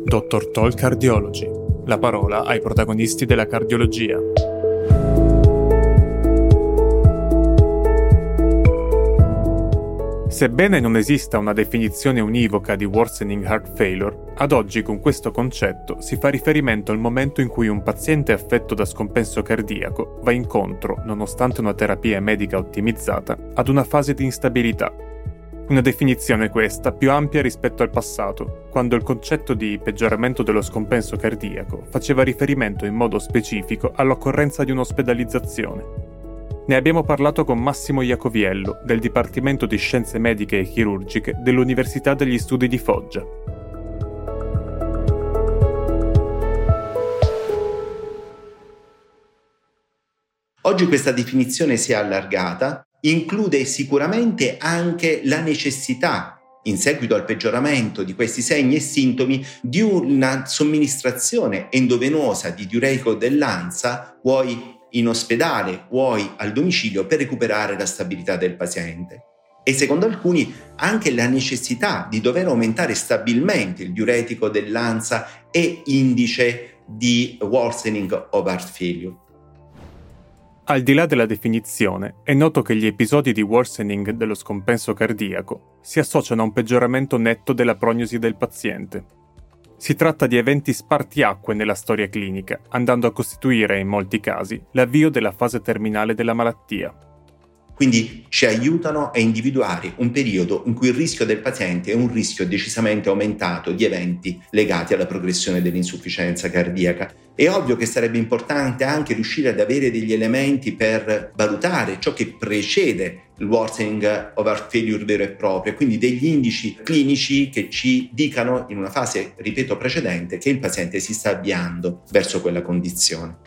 Dr. Talk Cardiology. La parola ai protagonisti della cardiologia. Sebbene non esista una definizione univoca di worsening heart failure, ad oggi con questo concetto si fa riferimento al momento in cui un paziente affetto da scompenso cardiaco va incontro, nonostante una terapia medica ottimizzata, ad una fase di instabilità. Una definizione questa più ampia rispetto al passato, quando il concetto di peggioramento dello scompenso cardiaco faceva riferimento in modo specifico all'occorrenza di un'ospedalizzazione. Ne abbiamo parlato con Massimo Iacoviello, del Dipartimento di Scienze Mediche e Chirurgiche dell'Università degli Studi di Foggia. Oggi questa definizione si è allargata, include sicuramente anche la necessità, in seguito al peggioramento di questi segni e sintomi, di una somministrazione endovenosa di diuretico dell'ANSA, vuoi in ospedale, vuoi al domicilio, per recuperare la stabilità del paziente. E secondo alcuni anche la necessità di dover aumentare stabilmente il diuretico dell'ANSA è indice di worsening of heart failure. Al di là della definizione, è noto che gli episodi di worsening dello scompenso cardiaco si associano a un peggioramento netto della prognosi del paziente. Si tratta di eventi spartiacque nella storia clinica, andando a costituire, in molti casi, l'avvio della fase terminale della malattia. Quindi ci aiutano a individuare un periodo in cui il rischio del paziente è un rischio decisamente aumentato di eventi legati alla progressione dell'insufficienza cardiaca. È ovvio che sarebbe importante anche riuscire ad avere degli elementi per valutare ciò che precede il worsening of heart failure vero e proprio, quindi degli indici clinici che ci dicano in una fase, ripeto, precedente, che il paziente si sta avviando verso quella condizione.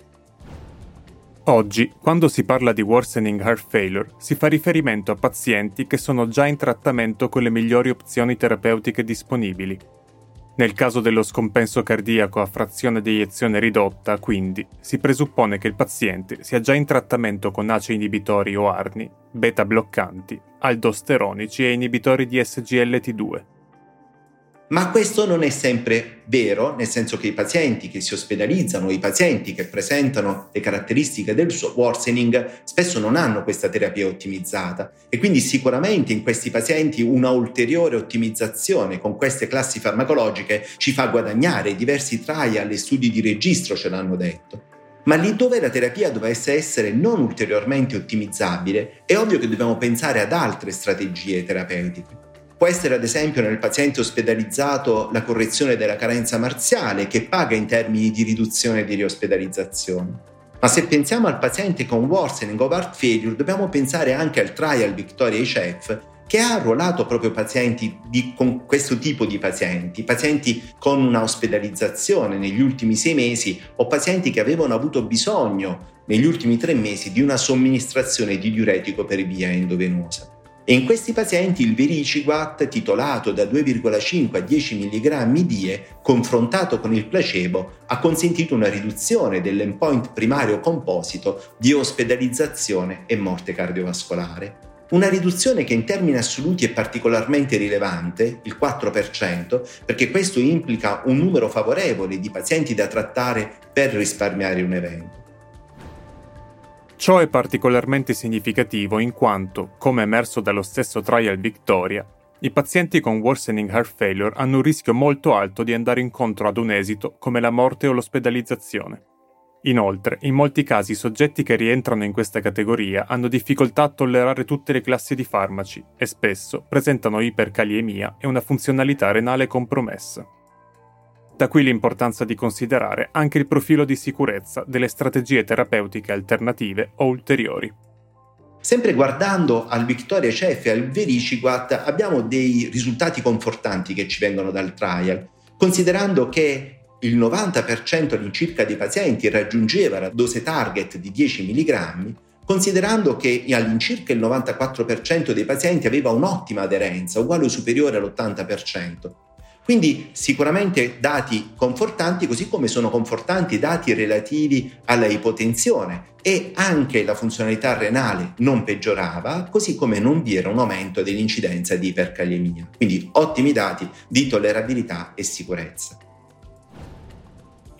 Oggi, quando si parla di worsening heart failure, si fa riferimento a pazienti che sono già in trattamento con le migliori opzioni terapeutiche disponibili. Nel caso dello scompenso cardiaco a frazione di eiezione ridotta, quindi, si presuppone che il paziente sia già in trattamento con ACE inibitori o ARNI, beta bloccanti, aldosteronici e inibitori di SGLT2. Ma questo non è sempre vero, nel senso che i pazienti che si ospedalizzano, i pazienti che presentano le caratteristiche del worsening, spesso non hanno questa terapia ottimizzata e quindi sicuramente in questi pazienti una ulteriore ottimizzazione con queste classi farmacologiche ci fa guadagnare. Diversi trial e studi di registro ce l'hanno detto. Ma lì dove la terapia dovesse essere non ulteriormente ottimizzabile, è ovvio che dobbiamo pensare ad altre strategie terapeutiche. Può essere ad esempio nel paziente ospedalizzato la correzione della carenza marziale, che paga in termini di riduzione di riospedalizzazione. Ma se pensiamo al paziente con worsening of heart failure, dobbiamo pensare anche al trial Victoria-HF, che ha arruolato proprio pazienti con questo tipo di pazienti con una ospedalizzazione negli ultimi 6 mesi o pazienti che avevano avuto bisogno negli ultimi 3 mesi di una somministrazione di diuretico per via endovenosa. E in questi pazienti il Vericiguat, titolato da 2,5 a 10 mg DIE, confrontato con il placebo, ha consentito una riduzione dell'endpoint primario composito di ospedalizzazione e morte cardiovascolare. Una riduzione che in termini assoluti è particolarmente rilevante, il 4%, perché questo implica un numero favorevole di pazienti da trattare per risparmiare un evento. Ciò è particolarmente significativo in quanto, come emerso dallo stesso trial Victoria, i pazienti con worsening heart failure hanno un rischio molto alto di andare incontro ad un esito come la morte o l'ospedalizzazione. Inoltre, in molti casi i soggetti che rientrano in questa categoria hanno difficoltà a tollerare tutte le classi di farmaci e spesso presentano ipercaliemia e una funzionalità renale compromessa. Da qui l'importanza di considerare anche il profilo di sicurezza delle strategie terapeutiche alternative o ulteriori. Sempre guardando al Victoria-HF e al Vericiguat abbiamo dei risultati confortanti che ci vengono dal trial, considerando che il 90% all'incirca dei pazienti raggiungeva la dose target di 10 mg, considerando che all'incirca il 94% dei pazienti aveva un'ottima aderenza, uguale o superiore all'80%. Quindi sicuramente dati confortanti, così come sono confortanti i dati relativi alla ipotensione e anche la funzionalità renale non peggiorava, così come non vi era un aumento dell'incidenza di ipercalemia. Quindi ottimi dati di tollerabilità e sicurezza.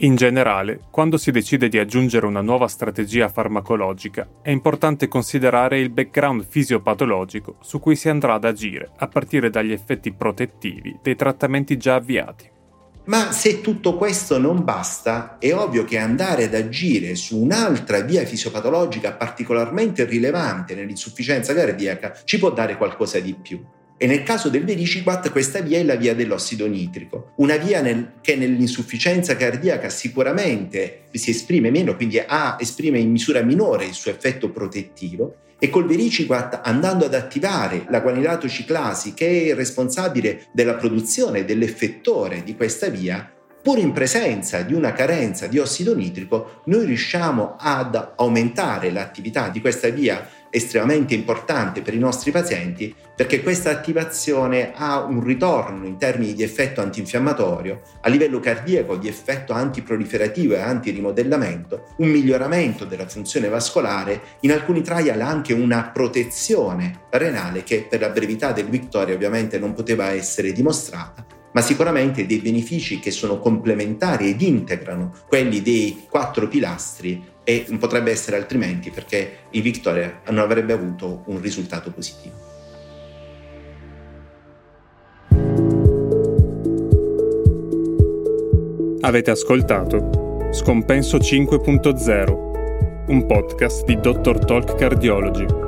In generale, quando si decide di aggiungere una nuova strategia farmacologica, è importante considerare il background fisiopatologico su cui si andrà ad agire, a partire dagli effetti protettivi dei trattamenti già avviati. Ma se tutto questo non basta, è ovvio che andare ad agire su un'altra via fisiopatologica particolarmente rilevante nell'insufficienza cardiaca ci può dare qualcosa di più. E nel caso del Vericiquat questa via è la via dell'ossido nitrico, una via che nell'insufficienza cardiaca sicuramente si esprime meno, quindi esprime in misura minore il suo effetto protettivo, e col Vericiquat, andando ad attivare la guanilato ciclasi, che è responsabile della produzione dell'effettore di questa via, pur in presenza di una carenza di ossido nitrico, noi riusciamo ad aumentare l'attività di questa via estremamente importante per i nostri pazienti, perché questa attivazione ha un ritorno in termini di effetto antinfiammatorio, a livello cardiaco di effetto antiproliferativo e antirimodellamento, un miglioramento della funzione vascolare, in alcuni trial anche una protezione renale che per la brevità del Victoria ovviamente non poteva essere dimostrata, ma sicuramente dei benefici che sono complementari ed integrano quelli dei 4 pilastri, e non potrebbe essere altrimenti, perché il Victoria non avrebbe avuto un risultato positivo. Avete ascoltato Scompenso 5.0, un podcast di Dr. Talk Cardiology.